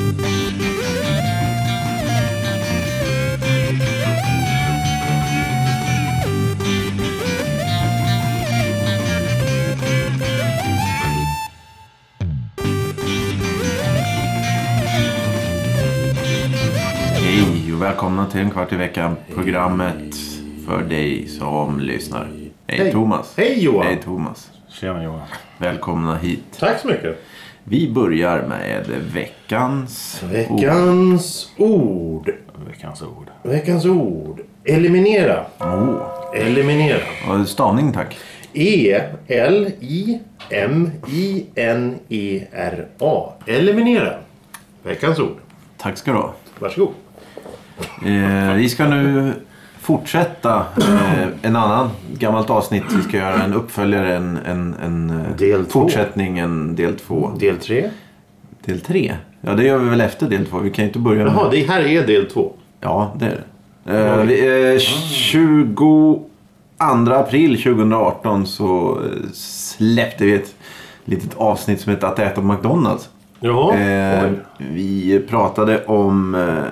Välkomna till En kvart i veckan, programmet för dig som lyssnar. Hej Thomas. Hej Johan. Hej Thomas. Tjena Johan. Välkomna hit. Tack så mycket. Vi börjar med veckans ord. Veckans ord. Eliminera. Eliminera. Och stavning tack. E-L-I-M-I-N-E-R-A. Eliminera. Veckans ord. Tack ska du ha. Varsågod. Vi ska nu fortsätta en annan gammalt avsnitt. Vi ska göra en uppföljare, en del fortsättning, en del 2. Del 3. Del 3? Ja, det gör vi väl efter del 2. Vi kan ju inte börja med... Jaha, det här är del 2. Ja, det är det. 22 april 2018 så släppte vi ett litet avsnitt som heter Att äta på McDonalds. Jaha. Vi pratade om...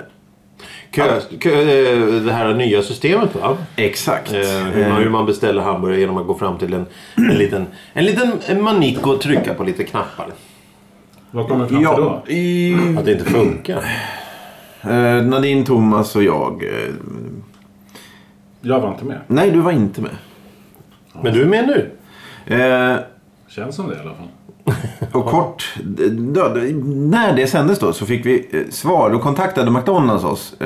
det här nya systemet, va? Exakt. Hur man beställer hamburgare genom att gå fram till en liten manick och trycka på lite knappar. Vad kommer fram till då? Att det inte funkar. Nadine, Thomas och jag. Jag var inte med. Nej, du var inte med. Men du är med nu. Känns som det i alla fall. Och kort, när det sändes då så fick vi svar. Då kontaktade McDonalds oss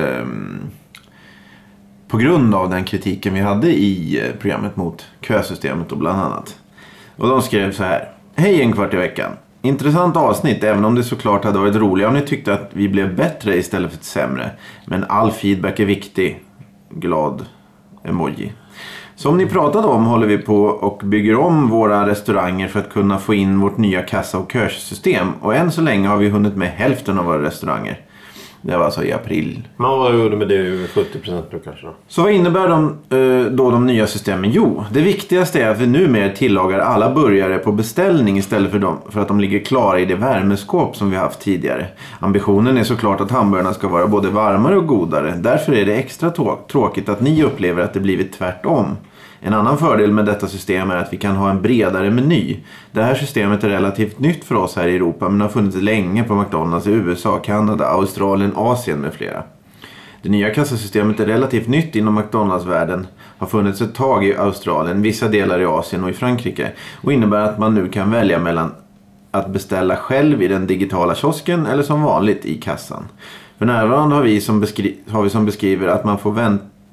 på grund av den kritiken vi hade i programmet mot kösystemet och bland annat. Och de skrev så här: hej, En kvart i veckan. Intressant avsnitt, även om det såklart hade varit roligt om ni tyckte att vi blev bättre istället för sämre. Men all feedback är viktig. Glad emoji. Som ni pratade om håller vi på och bygger om våra restauranger för att kunna få in vårt nya kassa- och körsystem. Och än så länge har vi hunnit med hälften av våra restauranger. Det var alltså i april. Man var gjorde med det över 70% då kanske då. Så vad innebär de nya systemen? Jo, det viktigaste är att vi numera tillagar alla burgare på beställning istället för att de ligger klara i det värmeskåp som vi haft tidigare. Ambitionen är såklart att hamburgarna ska vara både varmare och godare. Därför är det extra tråkigt att ni upplever att det blivit tvärtom. En annan fördel med detta system är att vi kan ha en bredare meny. Det här systemet är relativt nytt för oss här i Europa men har funnits länge på McDonalds i USA, Kanada, Australien, Asien med flera. Det nya kassasystemet är relativt nytt inom McDonalds-världen, har funnits ett tag i Australien, vissa delar i Asien och i Frankrike och innebär att man nu kan välja mellan att beställa själv i den digitala kiosken eller som vanligt i kassan. För närvarande har vi som beskriver att man får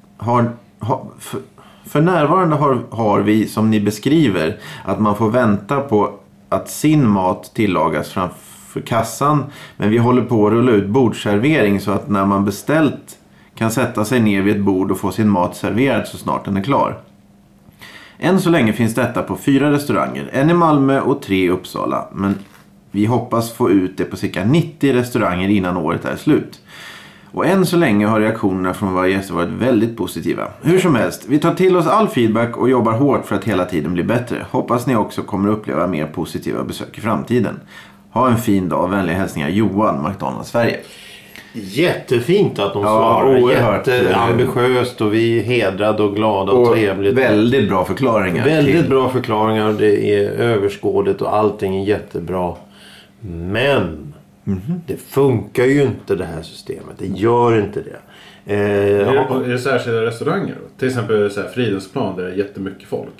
För närvarande har vi, som ni beskriver, att man får vänta på att sin mat tillagas framför kassan. Men vi håller på att rulla ut bordservering så att när man beställt kan sätta sig ner vid ett bord och få sin mat serverad så snart den är klar. Än så länge finns detta på 4 restauranger, en i Malmö och 3 i Uppsala. Men vi hoppas få ut det på cirka 90 restauranger innan året är slut. Och än så länge har reaktionerna från våra gäster varit väldigt positiva. Hur som helst, vi tar till oss all feedback och jobbar hårt för att hela tiden bli bättre. Hoppas ni också kommer uppleva mer positiva besök i framtiden. Ha en fin dag. Vänliga hälsningar, Johan, McDonalds Sverige. Jättefint att de svarar. Jätteambitiöst och vi är hedrade och glada och trevligt. Väldigt bra förklaringar. Väldigt bra förklaringar. Det är överskådligt och allting är jättebra. Men... det funkar ju inte det här systemet. Det gör inte det. Är det särskilda restauranger då? Till exempel så här Fridhemsplan där det är jättemycket folk.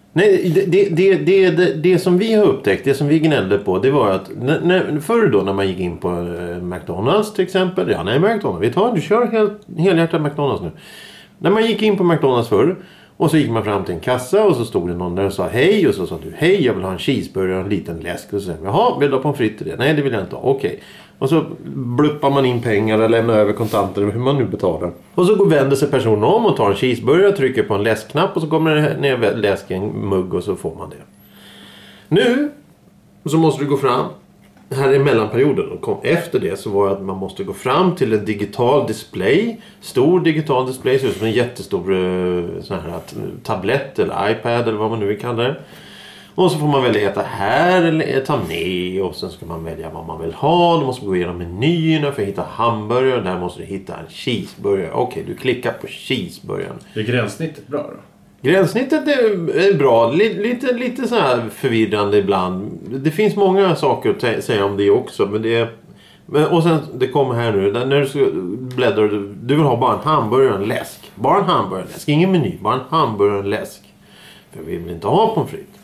Nej, det som vi har upptäckt, det som vi gnällde på, det var att förr då när man gick in på McDonalds till exempel. Ja, nej, McDonalds. Du kör helhjärtat McDonalds nu. När man gick in på McDonalds förr och så gick man fram till en kassa och så stod det någon där och sa hej och så sa du hej, jag vill ha en cheeseburgare och en liten läsk och så säger jaha, vill du ha pommes frites till det? Nej, det vill jag inte ha. Okej. Och så bluppar man in pengar och lämnar över kontanter hur man nu betalar. Och så vänder sig personen om och tar en cheeseburgare och trycker på en läskknapp och så kommer det ner läsk i en mugg och så får man det. Nu så måste du gå fram. Här är mellanperioden och kom efter det så var det att man måste gå fram till en digital display. Stor digital display, som en jättestor sån här tablett eller iPad eller vad man nu vill kalla det. Och så får man välja äta här eller ta med. Och sen ska man välja vad man vill ha. Då måste man gå igenom menyerna för att hitta hamburgare. Där måste du hitta en cheeseburgare. Okej, du klickar på cheeseburgaren. Är gränssnittet bra då? Gränssnittet är bra. Lite så här förvirrande ibland. Det finns många saker att säga om det också. Men det är... Och sen, det kommer här nu. När du ska bläddra, du vill ha bara en hamburgare och en läsk. Bara en hamburgare och en läsk. Ingen meny, bara en hamburgare och en läsk. För vi vill inte ha pommes frites.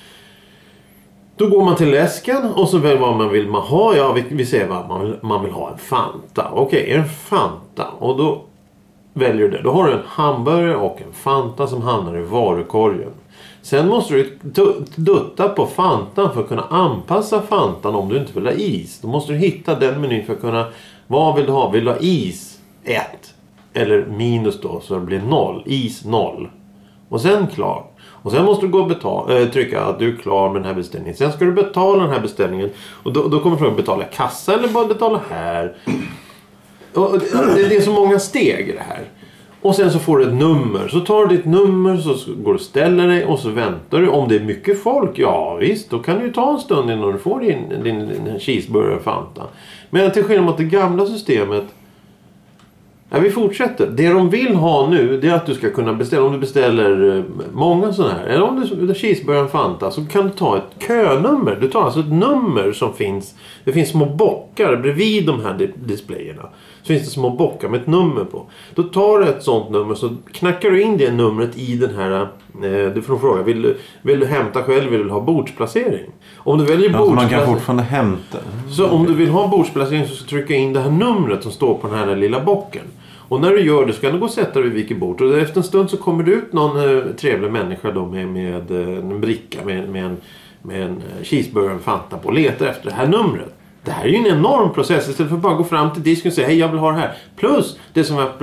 Då går man till läsken och så väljer vad man vill ha. Ja, vi säger vad man vill ha en Fanta. Okej, en Fanta. Och då väljer du det. Då har du en hamburgare och en Fanta som hamnar i varukorgen. Sen måste du dutta på Fantan för att kunna anpassa Fantan om du inte vill ha is. Då måste du hitta den menyn för att kunna... Vad vill du ha? Vill du ha is 1? Eller minus då, så det blir 0. Is 0. Och sen klar. Och sen måste du gå och trycka att du är klar med den här beställningen. Sen ska du betala den här beställningen. Och då kommer frågan betala kassa eller bara betala här. Och det är så många steg i det här. Och sen så får du ett nummer. Så tar du ditt nummer, så går du och ställer dig och så väntar du. Om det är mycket folk, ja visst, då kan du ju ta en stund innan du får din cheeseburger Fanta. Men till skillnad mot det gamla systemet. Ja, vi fortsätter. Det de vill ha nu, det är att du ska kunna beställa. Om du beställer många sådana här. Eller om du cheeseburger Fanta, så kan du ta ett könummer. Du tar alltså ett nummer som finns. Det finns små bockar bredvid de här displayerna. Så finns det små bockar med ett nummer på. Då tar du ett sånt nummer, så knackar du in det numret i den här... Du får fråga, vill du hämta själv, vill du ha bordsplacering? Om du väljer bordsplacering... man kan fortfarande hämta. Så om du vill ha bordsplacering, så ska du trycka in det här numret som står på den här lilla bocken. Och när du gör det så kan du gå och sätta dig vid vilket bord. Och efter en stund så kommer det ut någon trevlig människa då med en bricka med en cheeseburger och en Fanta på och letar efter det här numret. Det här är ju en enorm process. Istället för att bara gå fram till disken och säga hej, jag vill ha det här. Plus det som är...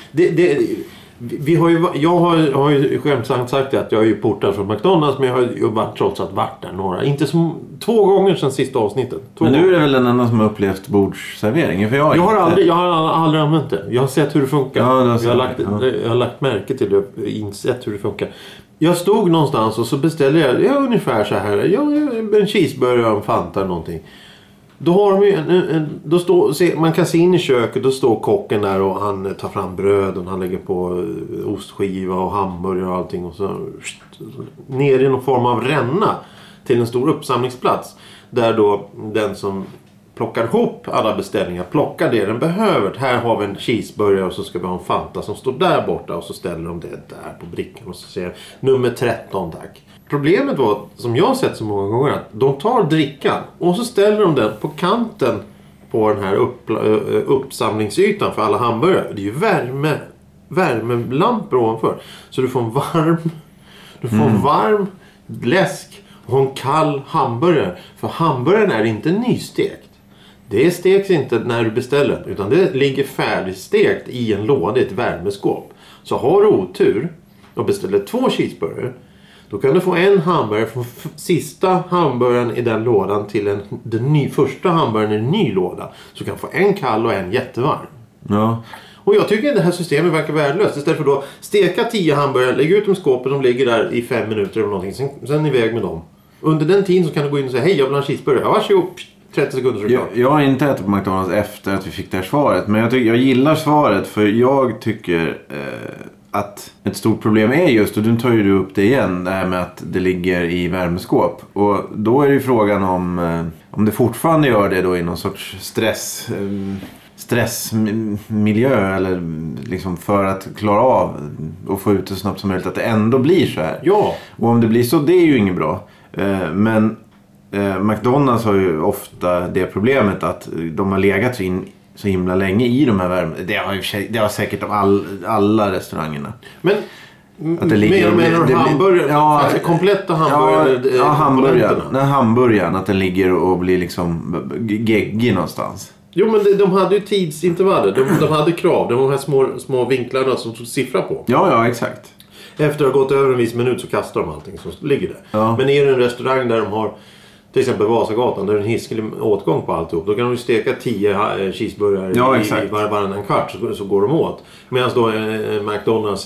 Jag har ju skämtsamt sagt att jag är ju portad från McDonalds, men jag har ju trots att varit där några. Inte som 2 gånger sedan sista avsnittet. Men nu är det väl den enda som har upplevt bordsservering? För jag har aldrig använt det. Jag har sett hur det funkar. Ja, jag har lagt märke till det och insett hur det funkar. Jag stod någonstans och så beställde jag ungefär så här. En cheeseburger och en Fanta eller någonting. Då har de ju man kan se in i köket, då står kocken där och han tar fram bröd och han lägger på ostskiva och hamburgare och allting och så ner i någon form av ränna till en stor uppsamlingsplats där då den som plockar ihop alla beställningar plockar det den behöver. Här har vi en cheeseburgare och så ska vi ha en Fanta som står där borta och så ställer de det där på brickan och så säger nummer 13 tack. Problemet var, som jag har sett så många gånger, att de tar drickan och så ställer de den på kanten på den här uppsamlingsytan för alla hamburgare. Det är ju värmelampor ovanför. Så du får en varm läsk och en kall hamburgare. För hamburgaren är inte nystekt. Det steks inte när du beställer, utan det ligger färdigstekt i en låda i ett värmeskåp. Så har du otur och beställer 2 cheeseburgare, då kan du få en hamburgare från sista hamburgaren i den lådan till den första hamburgaren i en ny låda. Så kan du få en kall och en jättevarm. Ja. Och jag tycker att det här systemet verkar värdelöst. Istället för att steka 10 hamburgare, lägga ut dem i skåpet, de ligger där i 5 minuter eller någonting. Sen iväg med dem. Under den tiden så kan du gå in och säga hej, jag vill ha en cheeseburgare. Ja, varsågod. 30 sekunder så är det klart. Jag har inte ätit på McDonalds efter att vi fick det här svaret. Men jag gillar svaret, för jag tycker... att ett stort problem är just, och du tar ju upp det igen, det här med att det ligger i värmeskåp. Och då är det ju frågan om det fortfarande gör det då i någon sorts stressmiljö, eller liksom för att klara av och få ut det så snabbt som möjligt, att det ändå blir så här. Ja. Och om det blir så, det är ju inget bra. Men McDonalds har ju ofta det problemet att de har legat så himla länge i de här värmen. Det har säkert alla restaurangerna. Men att det ligger hamburgare, kompletta hamburgare. Ja, hamburgaren att den ligger och blir liksom geggig någonstans. Jo, men de hade ju tidsintervaller. De hade krav. De här små vinklarna som tog siffra på. Ja, exakt. Efter att ha gått över en viss minut så kastar de allting som ligger där. Ja. Men är det en restaurang där de har till exempel Vasagatan, där det är en hiskelig åtgång på alltihop. Då kan de ju steka 10 cheeseburgare i varannan kvart så går de åt. Medan då McDonalds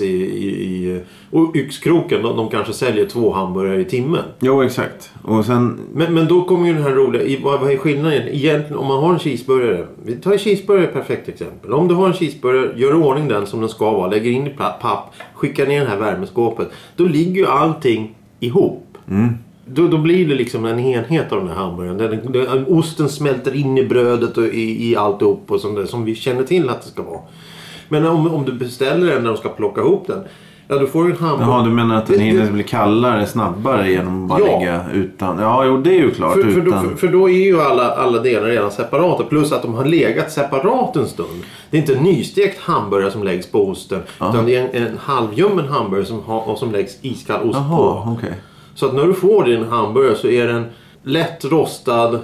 och Yxkroken, de kanske säljer 2 hamburgare i timmen. Jo, exakt. Och sen... Men då kommer ju den här roliga, vad är skillnaden egentligen om man har en cheeseburgare? Vi tar en cheeseburgare, perfekt exempel. Om du har en cheeseburgare, gör i ordning den som den ska vara, lägger in i papp, skickar ner det här värmeskåpet. Då ligger ju allting ihop. Då blir det liksom en enhet av den här hamburgaren. Osten smälter in i brödet och i alltihop och som vi känner till att det ska vara. Men om du beställer den när de ska plocka ihop den, ja, då får du en hamburgare. Jaha, du menar att den hinner bli kallare snabbare genom att bara ligga utan... Ja, jo, det är ju klart. För då är ju alla delar redan separata. Plus att de har legat separat en stund. Det är inte en nystekt hamburgare som läggs på osten. Utan det är en halvljummen hamburgare som läggs iskall ost på. Okay. Så att när du får din hamburgare så är den lätt rostad,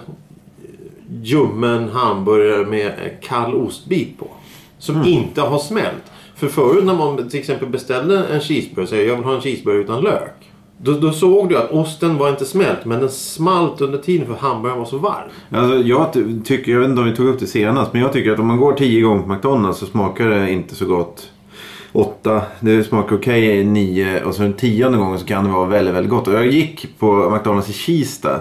ljummen hamburgare med kall ostbit på. Som inte har smält. För förut när man till exempel beställde en cheeseburgare, säger jag vill ha en cheeseburgare utan lök. Då såg du att osten var inte smält, men den smalt under tiden för hamburgaren var så varm. Alltså, jag vet inte om vi tog upp det senast, men jag tycker att om man går 10 gånger på McDonalds så smakar det inte så gott. 8, det smakar okej, 9 och så den 10:e gången så kan det vara väldigt, väldigt gott. Och jag gick på McDonalds i Kista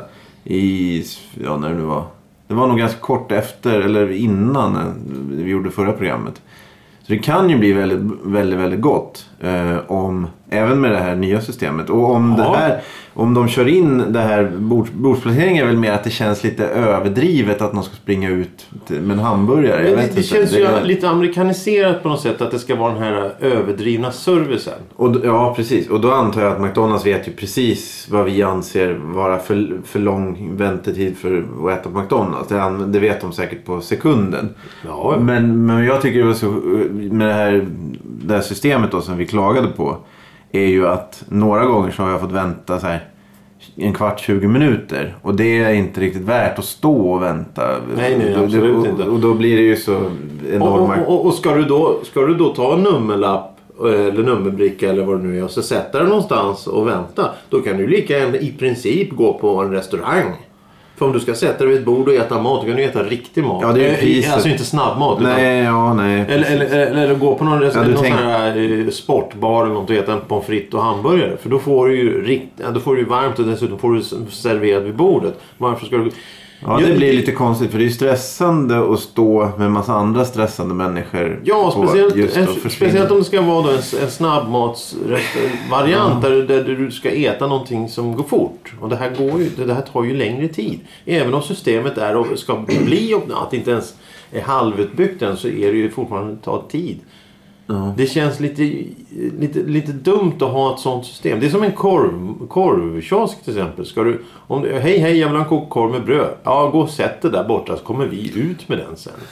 när det nu var. Det var nog ganska kort efter eller innan vi gjorde förra programmet. Så det kan ju bli väldigt, väldigt, väldigt gott även med det här nya systemet. Och om de kör in det här bordsplaceringen är väl mer att det känns lite överdrivet att någon ska springa ut med en hamburgare. Men det känns ju lite amerikaniserat på något sätt att det ska vara den här överdrivna servicen. Ja, precis. Och då antar jag att McDonalds vet ju precis vad vi anser vara för lång väntetid för att äta på McDonalds. Det vet de säkert på sekunden. Ja. Men jag tycker det var så, med det här systemet då som vi klagade på är ju att några gånger så har jag fått vänta så här en kvart, 20 minuter. Och det är inte riktigt värt att stå och vänta. Nej, absolut inte. Och då blir det ju så enormt. Och ska du då ta en nummerlapp eller nummerbricka eller vad det nu är och så sätta den någonstans och vänta. Då kan du lika gärna i princip gå på en restaurang. För om du ska sätta dig vid ett bord och äta mat, då kan du äta riktig mat. Ja, det är alltså inte snabbmat. Nej. Eller gå på någon sån här sportbar eller något och äta en pommes frites och hamburgare. För då får du ju varmt och dessutom får du serverat vid bordet. Varför ska du... Ja, det blir lite konstigt för det är stressande att stå med en massa andra stressande människor. Ja, speciellt om det ska vara en snabbmatsvariant där du ska äta någonting som går fort. Och det här tar ju längre tid. Även om systemet är och ska bli att det inte ens är halvutbyggt än så är det ju fortfarande tar tid. Ja. Det känns lite dumt att ha ett sånt system. Det är som en korvkiosk till exempel. Hej, jag vill ha en kokkorv med bröd. Ja, gå och sätt det där borta så kommer vi ut med den sen.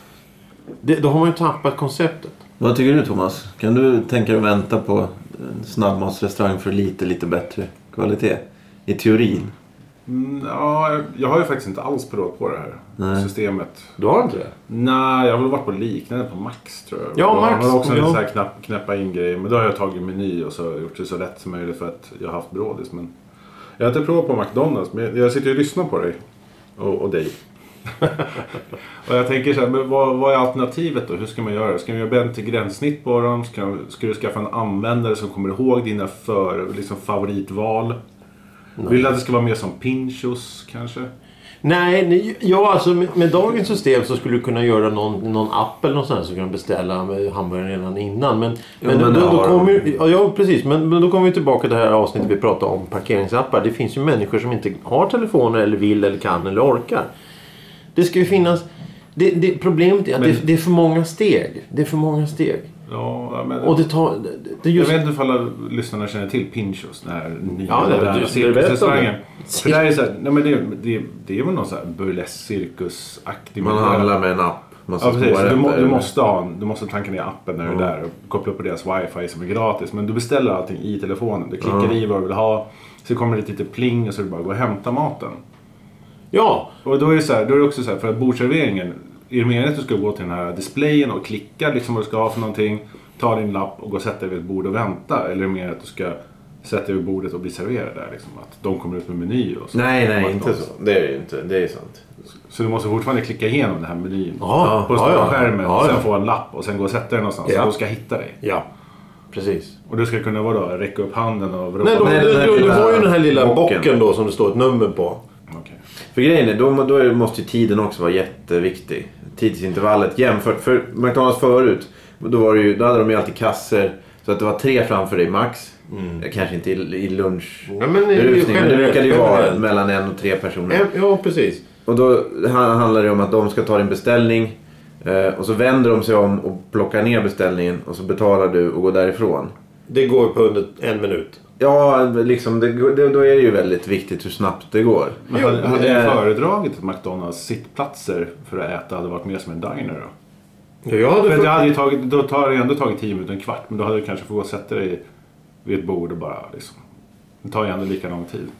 Då har man ju tappat konceptet. Vad tycker du, Thomas? Kan du tänka dig att vänta på en snabbmatsrestaurang för lite bättre kvalitet? I teorin. Ja, jag har ju faktiskt inte alls provat på det här systemet. Du har inte det? Nej, jag har väl varit på liknande på Max tror jag. Ja, Max. Jag har också lite så här knäppa in grejer. Men då har jag tagit meny och så gjort det så lätt som möjligt för att jag har haft brådis. Men jag har inte provat på McDonalds, men jag sitter ju och lyssnar på dig. Och dig. Och jag tänker så här, men vad är alternativet då? Hur ska man göra? Ska man göra ett gränssnitt på dem? Ska du skaffa en användare som kommer ihåg dina favoritval? Vill du att det ska vara mer som Pinchos kanske? Nej, alltså med dagens system så skulle du kunna göra någon app eller något sånt så kan du beställa med hamburgaren redan innan. Men då kommer vi tillbaka till det här avsnittet vi pratade om parkeringsappar. Det finns ju människor som inte har telefoner eller vill eller kan eller orkar. Det ska ju finnas... Problemet är att det är för många steg. Det är för många steg. Ja, men... Och Jag vet inte ifall lyssnarna känner till Pinchos, den här nya cirkusrestaurangen. För det är så här, nej men det är väl någon så här burlesk cirkusaktig. Man handlar med en app. Ja, precis. Du måste tanka ner appen när du är där och koppla på deras wifi som är gratis. Men du beställer allting i telefonen. Du klickar i vad du vill ha. Så kommer det lite pling och så är det bara att gå och hämta maten. Ja. Och då är det så här, då är det också så här, för att bordserveringen, är det meningen att du ska gå till den här displayen och klicka liksom vad du ska ha för någonting, ta din lapp och gå och sätta dig vid ett bord och vänta? Eller är det mer att du ska sätter vid bordet och blir serverade där. Liksom, att de kommer ut med meny och så. Nej, inte så. Det är det ju inte. Det är sant. Så du måste fortfarande klicka igenom den här menyn på stora skärmen och sen få en lapp och sen gå och sätta dig någonstans och då ska hitta dig. Ja, precis. Och du ska kunna räcka upp handen och Nej, du har ju den här lilla bocken då som det står ett nummer på. Okay. För grejen är, då måste ju tiden också vara jätteviktig. Tidsintervallet jämfört för McDonald's förut. Då hade de ju alltid kasser så att det var 3 framför dig max. Kanske inte i lunch. Ja, men det brukade ju vara mellan 1 och 3 personer. Ja, precis. Och då handlar det om att de ska ta din beställning och så vänder de sig om och plockar ner beställningen och så betalar du och går därifrån. Det går på under 1 minut. Ja, liksom då är det ju väldigt viktigt hur snabbt det går. Men hade ni föredragit att McDonald's sittplatser för att äta hade varit mer som en diner då? Ja, det hade ju då tar det ändå tagit 10 minuter, en kvart. Men då hade du kanske fått gå och sätta dig vid ett bord och bara liksom. Det tar ju ändå lika lång tid.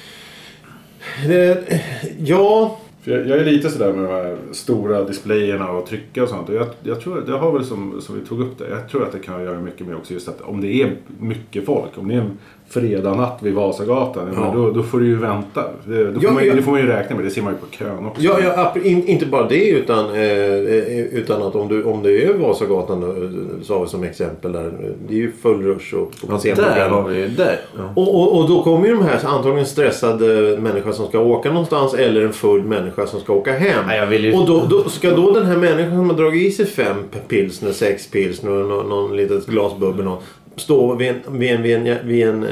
Ja. För jag är lite sådär med de här stora displayerna och trycka och sånt. Och jag tror det har väl som vi tog upp det. Jag tror att det kan göra mycket med också just att om det är mycket folk. Om det är en fredag natt vid Vasagatan. Då får du ju vänta. Det får man ju räkna med. Det ser man ju på kön också. Ja, inte bara det utan att om det är Vasagatan så har vi som exempel där. Det är ju full rush och där har vi ju där. Ja. Och då kommer ju de här antagligen stressade människor som ska åka någonstans eller en full människa som ska åka hem. Nej, och då ska då den här människan som har dragit i sig 5 pilsner, 6 pilsner och någon litet glas bubbel stå vid en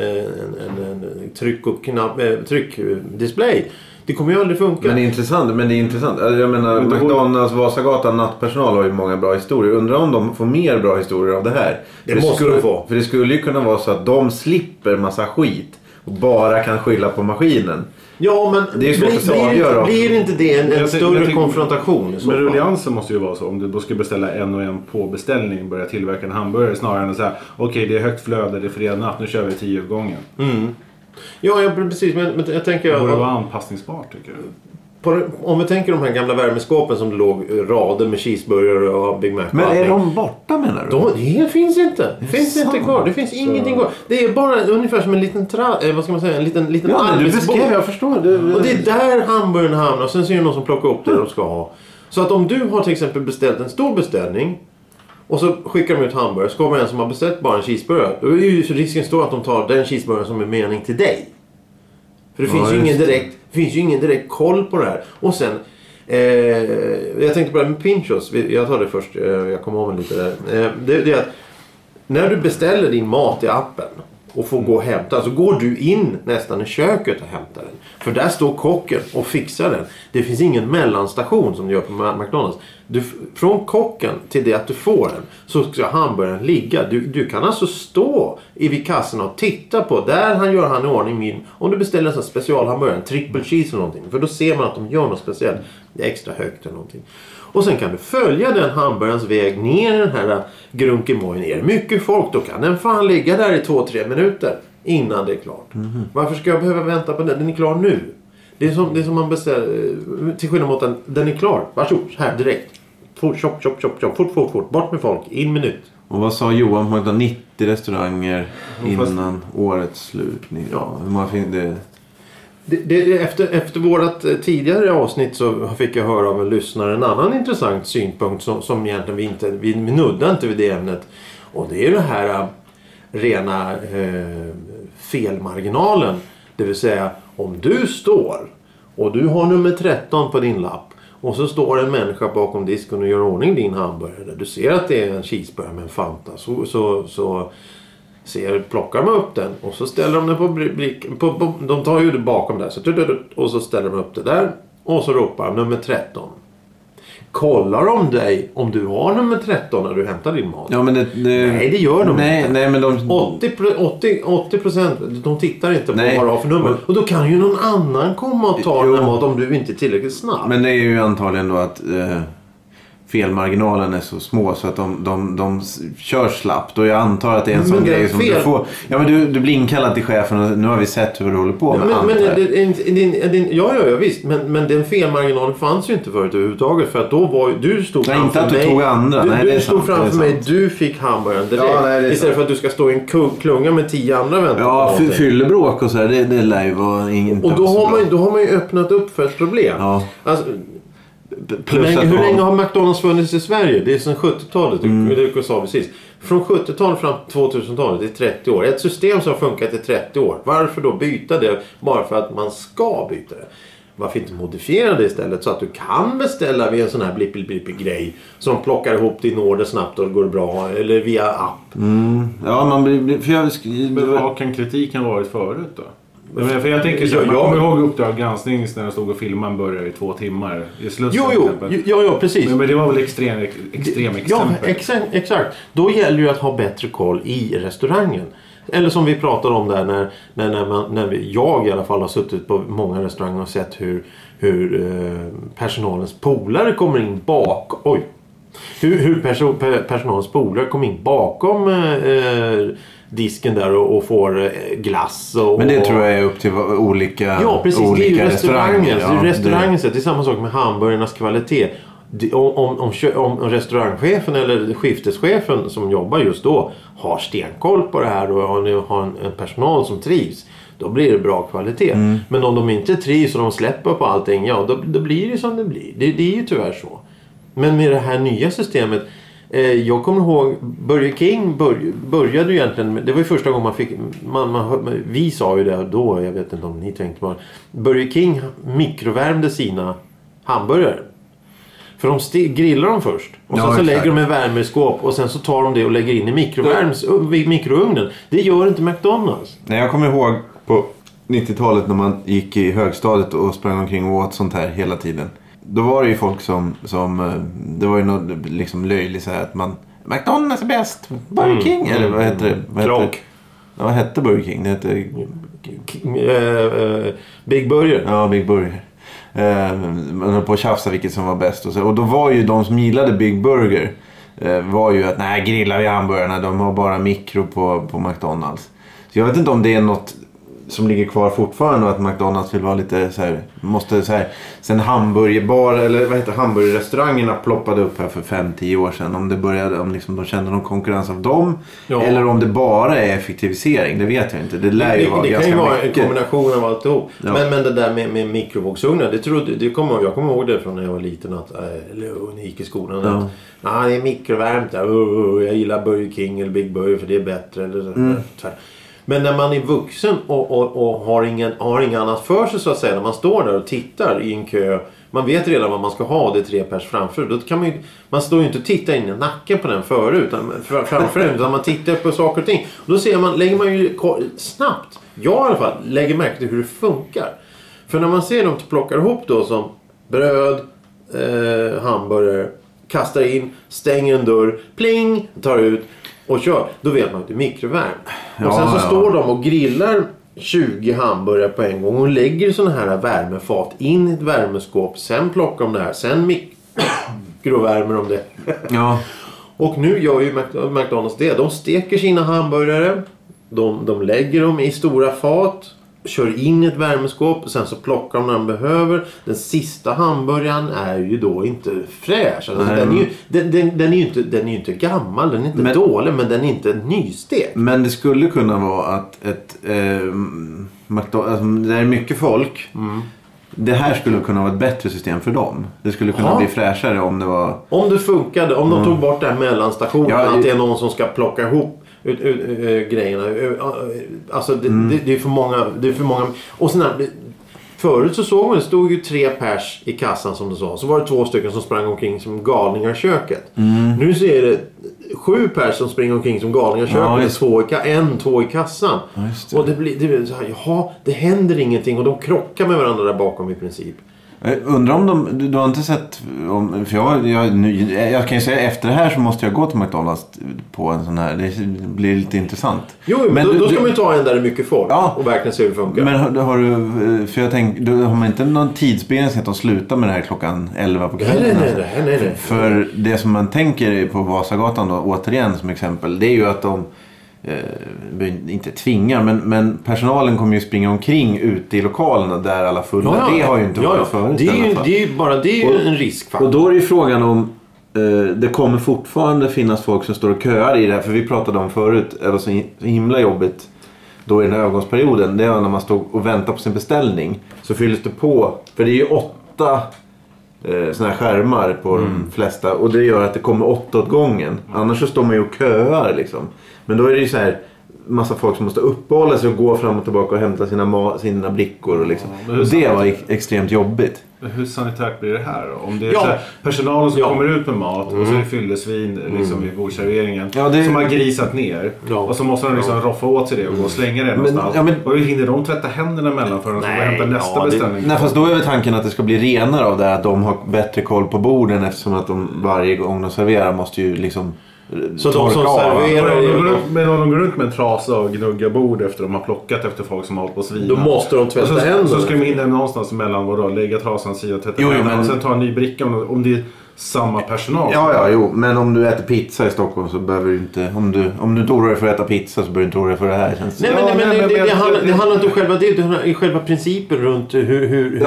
tryckdisplay. Det kommer ju aldrig funka. Men det är intressant. Jag menar, McDonald's, Vasagatan, nattpersonal har ju många bra historier. Undrar om de får mer bra historier av det här. Det måste de få. För det skulle ju kunna vara så att de slipper massa skit och bara kan skylla på maskinen. Ja, men det är blir inte det en större konfrontation? Men rulliansen måste ju vara så. Om du då ska beställa en på beställning, börja tillverka en hamburgare snarare än att säga okej, det är högt flöde, det är fredag natt, nu kör vi 10 gången. Ja, precis. Men jag tänker... Det borde vara anpassningsbart, tycker jag. Om vi tänker de här gamla värmeskåpen som det låg rader med cheeseburgare och Big Mac. Men är de borta, menar du? Det finns inte. Det finns inte kvar. Det finns ingenting kvar. Det är bara ungefär som en liten vad ska man säga, en liten du beskrev, jag förstår. Och det är där hamburgaren hamnar. Och sen så är det någon som plockar upp det de ska ha. Så att om du har till exempel beställt en stor beställning och så skickar de ut hamburgare, så kommer en som har beställt bara en cheeseburgare. Då är ju risken stor att de tar den cheeseburgaren som är mening till dig. För det finns ju ingen direkt koll på det här. Och sen, jag tänkte på det med Pinchos. Jag tar det först, jag kommer ihåg lite där. Det är att när du beställer din mat i appen och får gå och hämta, så går du in nästan i köket och hämtar den. För där står kocken och fixar den. Det finns ingen mellanstation som du gör på McDonald's. Från kocken till det att du får den så ska hamburgaren ligga. Du kan alltså stå vid kassan och titta på där han gör i ordning om du beställer en sån specialhamburgare, en triple cheese eller någonting. För då ser man att de gör något speciellt. Det är extra högt eller någonting. Och sen kan du följa den hamburgarens väg ner i den här grunkemojen. Är det mycket folk, då kan den fan ligga där i 2-3 minuter innan det är klart. Varför ska jag behöva vänta på den? Den är klar nu. Det är som man beställer, till skillnad mot den är klar. Varsågod, här direkt. Fort, fort. Bort med folk, in minut. Och vad sa Johan på 90 restauranger innan årets slut? Ja, hur många finns det? Efter vårt tidigare avsnitt så fick jag höra av en lyssnare en annan intressant synpunkt som egentligen vi nuddar inte vid det ämnet. Och det är det här rena felmarginalen. Det vill säga, om du står och du har nummer 13 på din lapp och så står en människa bakom disken och gör ordning din hamburgare. Du ser att det är en cheeseburgare med en Fanta. Så plockar man upp den och så ställer de den på de tar ju det bakom där. Och så ställer de upp det där och så ropar nummer 13. Kollar de dig om du har nummer 13 när du hämtar din mat? Ja, men nej, det gör de inte. Nej, men 80% de tittar inte på vad du har för nummer. Och då kan ju någon annan komma och ta den här mat om du inte är tillräckligt snabb. Men det är ju antagligen då att felmarginalen är så små så att de kör slappt. Och jag antar att det är en sån grej som du får... Ja, men du blir inkallad till chefen och nu har vi sett hur du håller på med. Ja, visst. Men den felmarginalen fanns ju inte förut överhuvudtaget. För att då var du stod framför mig. Inte att du tog andra. Du stod framför mig. Du fick hamburgaren direkt. Istället för att du ska stå i en klunga med 10 andra vänner. Ja, fyllebråk och så här. Det lär ju vara inget. Och då har man ju öppnat upp för ett problem. Ja. Alltså, hur länge har McDonalds funnits i Sverige? Det är sedan 70-talet. Det sa vi sist. Från 70-talet fram till 2000-talet, det är 30 år. Ett system som har funkat i 30 år. Varför då byta det bara för att man ska byta det? Varför inte modifiera det istället så att du kan beställa via en sån här blipp-grej som plockar ihop din order snabbt och går bra, eller via app. Ja, man blir... Men vad kan kritiken varit förut då? För jag tänker så, jag kommer ihåg Uppdrag granskning när jag stod och filmade en burgare i 2 timmar i Slussen. Jo, precis. Men det var väl extrem exempel. Ja, exakt. Då gäller ju att ha bättre koll i restaurangen. Eller som vi pratade om där jag i alla fall har suttit på många restauranger och sett hur personalens polare kommer in bakom. Hur personalens polare kommer in bakom disken där och får glass och... Men det tror jag är upp till olika precis, olika det är ju restaurangen. Ja, restaurangen det är samma sak med hamburgarnas kvalitet. Om restaurangchefen eller skifteschefen som jobbar just då har stenkoll på det här och har en personal som trivs, då blir det bra kvalitet. Men om de inte trivs och de släpper på allting, då blir det som det blir. Det är ju tyvärr så. Men med det här nya systemet, jag kommer ihåg Burger King började ju egentligen, det var ju första gången man fick, vi sa ju det då, jag vet inte om ni tänkte på, Burger King mikrovärmde sina hamburgare. För de grillar dem först. Och så lägger de i värmeskåp. Och sen så tar de det och lägger in i mikrougnen. Det gör inte McDonalds. Nej, jag kommer ihåg på 90-talet när man gick i högstadiet och sprang omkring och åt sånt här hela tiden. Då var det ju folk som det var ju något liksom löjligt så här att McDonalds är bäst. Burger King eller vad heter det? Vad hette Burger King? Det hette Big Burger. Ja, Big Burger. Man höll på att tjafsa vilket som var bäst och då var ju de som gillade Big Burger var ju att nej, grillar vi hamburgarna, de har bara mikro på McDonalds. Så jag vet inte om det är något som ligger kvar fortfarande och att McDonalds vill vara lite så här, måste så här, sen hamburgerbar eller vad heter hamburgerrestaurangerna ploppade upp här för 5-10 år sedan, om det började, om liksom de kände någon konkurrens av dem eller om det bara är effektivisering, det vet jag inte. Det lär ju vara ganska mycket. Det kan ju vara en kombination av alltihop. Ja. Men det där med mikrovågsugnar, jag kommer ihåg det från när jag var liten eller gick i skolan att det är mikrovärmt där. Jag gillar Burger King eller Big Burger för det är bättre eller så här. Men när man är vuxen och har ingen annat för sig så att säga, när man står där och tittar i en kö, man vet redan vad man ska ha, det är 3 pers framför, då kan man står ju inte och tittar in i nacken på den framför den, utan man tittar på saker och ting. Och då lägger man ju snabbt, jag i alla fall, lägger märke till hur det funkar. För när man ser dem plockar ihop då som bröd, hamburgare, kastar in, stänger en dörr, pling, tar ut och kör, då vet man att det är mikrovärm. Och sen så står de och grillar 20 hamburgare på en gång och lägger såna här värmefat in i ett värmeskåp. Sen plockar de det här, sen mikrovärmer de det. Ja. Och nu gör ju McDonalds det. De steker sina hamburgare, de lägger dem i stora fat, kör in i ett värmeskåp och sen så plockar de när de behöver. Den sista hamburgaren är ju då inte fräsch. Alltså, den är ju inte gammal, den är inte dålig, men den är inte nystekt. Men det skulle kunna vara att alltså, det är mycket folk. Det här skulle kunna vara ett bättre system för dem. Det skulle kunna bli fräschare om det var... Om det funkade, om de tog bort den här mellanstationen, att det är någon som ska plocka ihop grejerna. Alltså det är för många. Det är för många. Och sen förut så såg man, det stod ju 3 pers i kassan som du sa. Så var det 2 stycken som sprang omkring som galningar i köket. Nu så är det 7 pers som springer omkring som galningar i köket. 2 i kassan. Och det blir så här, det händer ingenting och de krockar med varandra där bakom i princip. Jag undrar om du har inte sett... För jag kan ju säga efter det här så måste jag gå till McDonalds på en sån här. Det blir lite intressant. Jo, men då ska man ju ta en där det är mycket folk och verkligen se hur det funkar. Men har du... För jag tänkte, då har man inte någon tidsbegränsning att de slutar med det här klockan 11 på kvällen? Nej. För det som man tänker på Vasagatan då, återigen som exempel, det är ju att de... inte tvingar men personalen kommer ju springa omkring ute i lokalerna där alla fulla. Det har ju inte varit förut. Det är ju en risk faktiskt. Och då är ju frågan om det kommer fortfarande finnas folk som står och köar i det här, för vi pratade om förut, eller så himla jobbigt då i den här övergångsperioden, det är när man stod och väntade på sin beställning så fylls det på, för det är ju 8 såna här skärmar på de flesta, och det gör att det kommer 8 åt gången. Annars så står man ju och köar liksom. Men då är det ju så här massa folk som måste uppehålla sig och gå fram och tillbaka och hämta sina brickor och liksom. Och det var extremt jobbigt. Hur sanitärt blir det här då? Om det är så här, personalen som kommer ut med mat och så är det fyllesvin liksom vid bordserveringen som har grisat ner. Och så måste de liksom roffa åt sig det och gå och slänga det någonstans. Och då hinner de tvätta händerna mellan för att de ska hämta nästa beställning. Nej, fast då är väl tanken att det ska bli renare av det, att de har bättre koll på borden, eftersom att de varje gång de serverar måste ju liksom... Så de som serverar... Men om de går runt med en trasa och gnuggar bord efter de har plockat efter folk som har hållit på svina. Då måste de tvätta händerna. Så ska de in där någonstans mellan vadå, lägga trasan sidan, tvätta händerna och sen ta en ny bricka om det är samma personal. Ja, men om du äter pizza i Stockholm så behöver du inte... Om du oroar dig för att äta pizza så behöver du inte oroa dig för det här. Det handlar inte om själva det, det handlar om själva principen runt hur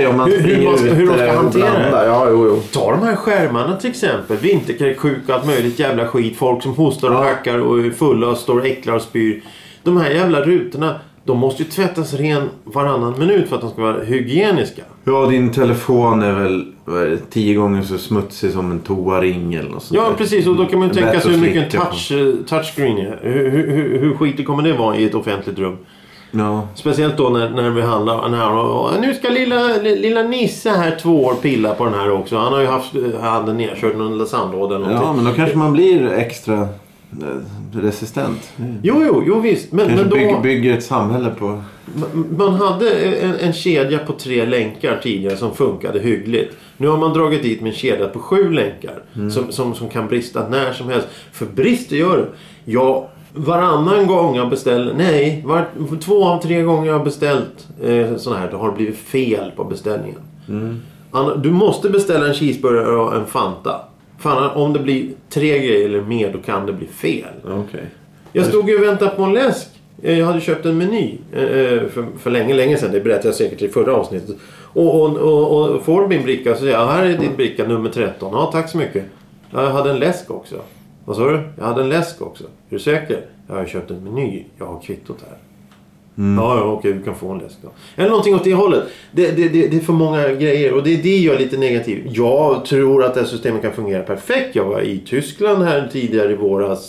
de ska hantera det. Ta de här skärmarna till exempel. Vinterkräksjuka, allt möjligt jävla skit. Folk som hostar och hackar och är fulla och står och äcklar och spyr. De här jävla rutorna, de måste ju tvättas ren varannan minut för att de ska vara hygieniska. Ja, din telefon är väl 10 gånger så smutsig som en toaring eller något sånt. Ja, precis. Och då kan man ju tänka sig hur mycket en touchscreen är. Hur skitigt kommer det vara i ett offentligt rum? Ja. Speciellt då när vi handlar den här. Och nu ska lilla Nisse här 2 år pilla på den här också. Han har ju haft handen nedkörd någon lasandlåda eller någonting. Ja, men då kanske man blir extra resistent. Jo visst. Men då bygger ett samhälle på... Man hade en kedja på 3 länkar tidigare som funkade hyggligt. Nu har man dragit dit med en kedja på 7 länkar som kan brista när som helst. För brister gör det. Ja, varannan gång jag beställer... 2 av 3 gånger jag har beställt sån här, då har det blivit fel på beställningen. Du måste beställa en cheeseburgare och en Fanta. Fan, om det blir 3 grejer eller mer, då kan det bli fel. Okay. Jag stod ju och väntade på en läsk. Jag hade köpt en meny för länge sedan. Det berättade jag säkert i förra avsnittet. Och får min bricka så säger jag, här är din bricka nummer 13. Ja, tack så mycket. Jag hade en läsk också. Vad sa du? Jag hade en läsk också. Är du säker? Jag har köpt en meny. Jag har kvittot här. Ja, okej, du kan få en läsk då. Eller någonting åt det hållet. Det är för många grejer. Och det är det jag är lite negativ. Jag tror att det här systemet kan fungera perfekt. Jag var i Tyskland här tidigare i våras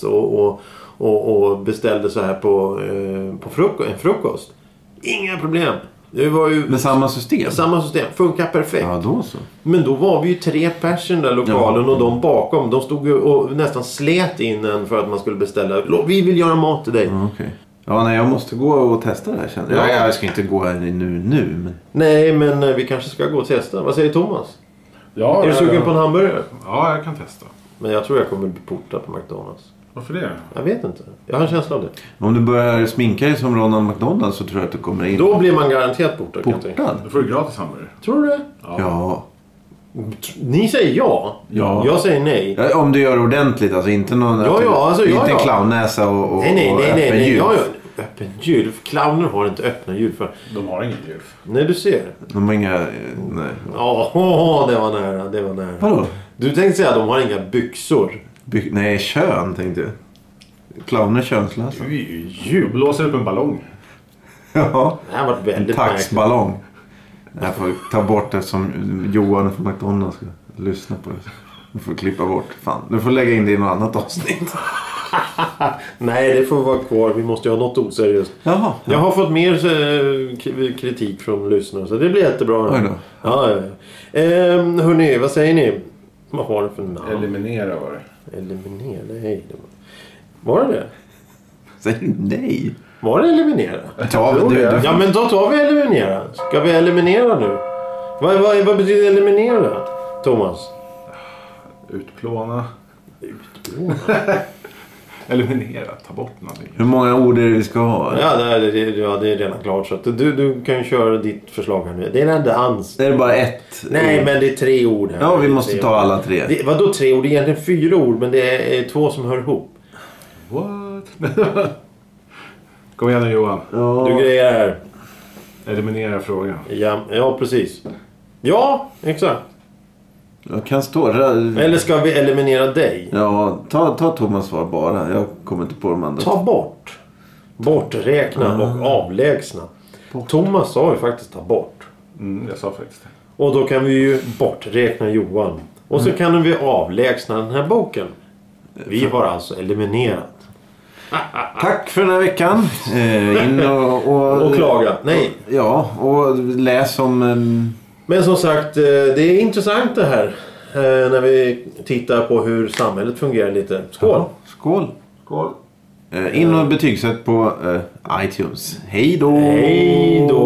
och beställde så här på en frukost. Inga problem. Det var ju med samma system. Samma system. Funkar perfekt. Ja, då så. Men då var vi ju 3 personer där lokalen och de bakom. De stod och nästan slet in en för att man skulle beställa. Vi vill göra mat till dig. Okej. Ja, nej, jag måste gå och testa det här sen. Ja, jag ska inte gå nu. Men... Nej, men vi kanske ska gå och testa. Vad säger Thomas? Ja, är du sugen på en hamburgare? Ja, jag kan testa. Men jag tror jag kommer bli portad på McDonalds. Varför det? Jag vet inte. Jag har en känsla av det. Om du börjar sminka dig som Ronald McDonald så tror jag att du kommer in. Då blir man garanterat portad. Portad? Då får du gratis hamburgare. Tror du det? Ja. Ni säger ja. Jag säger nej. Ja, om du gör ordentligt, alltså inte någon... Inte en clownnäsa och öppen ljud. Ja. Öppen ljud. Clowner har inte öppna ljud för. De har ingen ljud. Nej, du ser. De har inga... Nej. Ja, det var nära. Vadå? Du tänkte säga att de har inga byxor. Nej, kön tänkte jag. Clowner könslösa. Du blåser upp en ballong. Ja. Det här var väldigt märkligt. En taxballong. Jag får ta bort det som Johan från McDonalds ska lyssna på det. Du får klippa bort. Fan, du får lägga in det i något annat avsnitt. Nej, det får vara kvar. Vi måste ju ha något oseriöst. Jaha. Jag har fått mer kritik från lyssnare, så det blir jättebra. Ja. Hörrni, vad säger ni? Vad var det för namn? Eliminera var det. Eliminera? Nej. Var det? Säg nej. Var det eliminera? Ja, men då tar vi eliminera. Ska vi eliminera nu? Vad betyder eliminera, Thomas? Utplåna. Eliminera, ta bort någonting. Hur många ord är det vi ska ha? Ja, det är redan klart. Så att du kan ju köra ditt förslag här nu. Det är inte hans. Det är bara ett. Nej, men det är 3 ord här. Ja, vi måste ta alla 3. Vadå 3 ord? Det är egentligen 4 ord, men det är 2 som hör ihop. What? Kom igen nu, Johan. Ja. Du grejer här. Eliminera frågan. Ja, precis. Ja, exakt. Jag kan stå. Eller ska vi eliminera dig? Ja, ta Thomas svar bara. Jag kommer inte på de andra. Ta bort. Borträkna och avlägsna. Thomas sa ju faktiskt ta bort. Jag sa faktiskt det. Och då kan vi ju borträkna Johan. Och så kan vi avlägsna den här boken. Vi har alltså eliminerat. Tack för den här veckan. In Och klaga. Nej. Ja, och läs om... Men som sagt, det är intressant det här. När vi tittar på hur samhället fungerar lite. Skål! Ja, skål! Skål! In och betygsätt på iTunes. Hej då! Hej då!